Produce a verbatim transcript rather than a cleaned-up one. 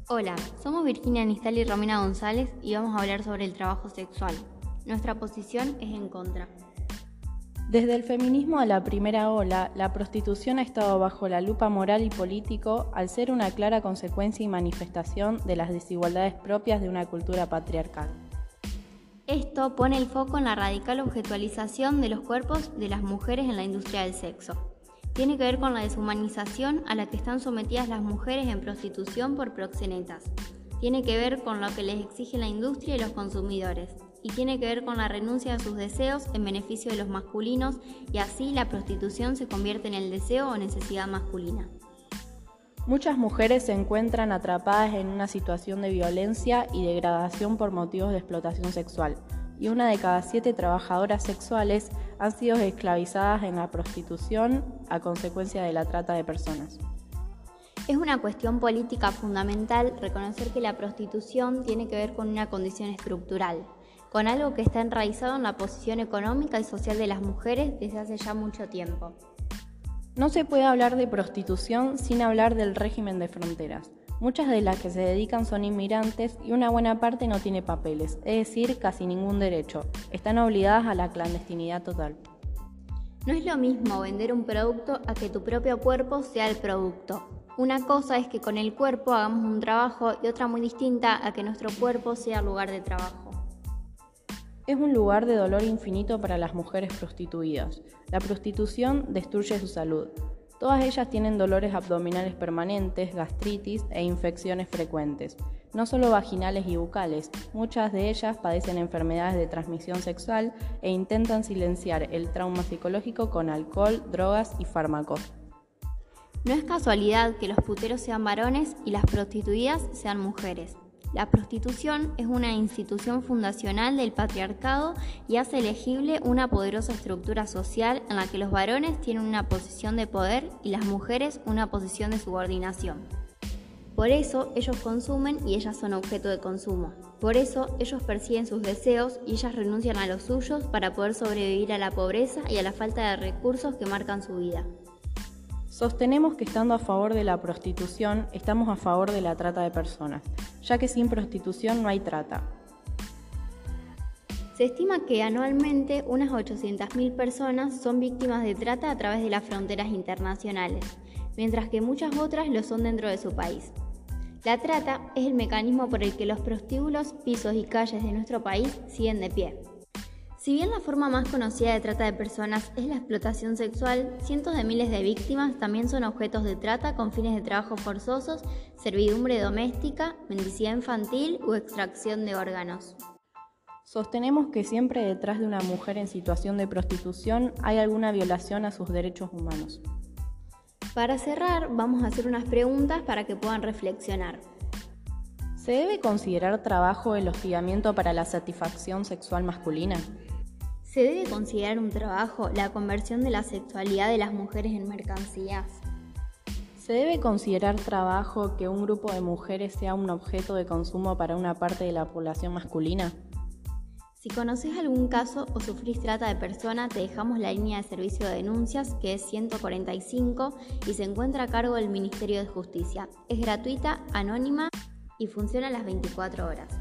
Hola, somos Virginia Nistal y Romina González y vamos a hablar sobre el trabajo sexual. Nuestra posición es en contra. Desde el feminismo a la primera ola, la prostitución ha estado bajo la lupa moral y político al ser una clara consecuencia y manifestación de las desigualdades propias de una cultura patriarcal. Esto pone el foco en la radical objetualización de los cuerpos de las mujeres en la industria del sexo. Tiene que ver con la deshumanización a la que están sometidas las mujeres en prostitución por proxenetas. Tiene que ver con lo que les exige la industria y los consumidores. Y tiene que ver con la renuncia a sus deseos en beneficio de los masculinos, y así la prostitución se convierte en el deseo o necesidad masculina. Muchas mujeres se encuentran atrapadas en una situación de violencia y degradación por motivos de explotación sexual, y una de cada siete trabajadoras sexuales han sido esclavizadas en la prostitución a consecuencia de la trata de personas. Es una cuestión política fundamental reconocer que la prostitución tiene que ver con una condición estructural, con algo que está enraizado en la posición económica y social de las mujeres desde hace ya mucho tiempo. No se puede hablar de prostitución sin hablar del régimen de fronteras. Muchas de las que se dedican son inmigrantes y una buena parte no tiene papeles, es decir, casi ningún derecho. Están obligadas a la clandestinidad total. No es lo mismo vender un producto a que tu propio cuerpo sea el producto. Una cosa es que con el cuerpo hagamos un trabajo y otra muy distinta a que nuestro cuerpo sea el lugar de trabajo. Es un lugar de dolor infinito para las mujeres prostituidas. La prostitución destruye su salud. Todas ellas tienen dolores abdominales permanentes, gastritis e infecciones frecuentes, no solo vaginales y bucales. Muchas de ellas padecen enfermedades de transmisión sexual e intentan silenciar el trauma psicológico con alcohol, drogas y fármacos. No es casualidad que los puteros sean varones y las prostituidas sean mujeres. La prostitución es una institución fundacional del patriarcado y hace elegible una poderosa estructura social en la que los varones tienen una posición de poder y las mujeres una posición de subordinación. Por eso ellos consumen y ellas son objeto de consumo. Por eso ellos persiguen sus deseos y ellas renuncian a los suyos para poder sobrevivir a la pobreza y a la falta de recursos que marcan su vida. Sostenemos que estando a favor de la prostitución, estamos a favor de la trata de personas, ya que sin prostitución no hay trata. Se estima que anualmente unas ochocientas mil personas son víctimas de trata a través de las fronteras internacionales, mientras que muchas otras lo son dentro de su país. La trata es el mecanismo por el que los prostíbulos, pisos y calles de nuestro país siguen de pie. Si bien la forma más conocida de trata de personas es la explotación sexual, cientos de miles de víctimas también son objetos de trata con fines de trabajo forzosos, servidumbre doméstica, mendicidad infantil u extracción de órganos. Sostenemos que siempre detrás de una mujer en situación de prostitución hay alguna violación a sus derechos humanos. Para cerrar, vamos a hacer unas preguntas para que puedan reflexionar. ¿Se debe considerar trabajo el hostigamiento para la satisfacción sexual masculina? ¿Se debe considerar un trabajo la conversión de la sexualidad de las mujeres en mercancías? ¿Se debe considerar trabajo que un grupo de mujeres sea un objeto de consumo para una parte de la población masculina? Si conoces algún caso o sufrís trata de persona, te dejamos la línea de servicio de denuncias, que es ciento cuarenta y cinco, y se encuentra a cargo del Ministerio de Justicia. Es gratuita, anónima y funciona a las veinticuatro horas.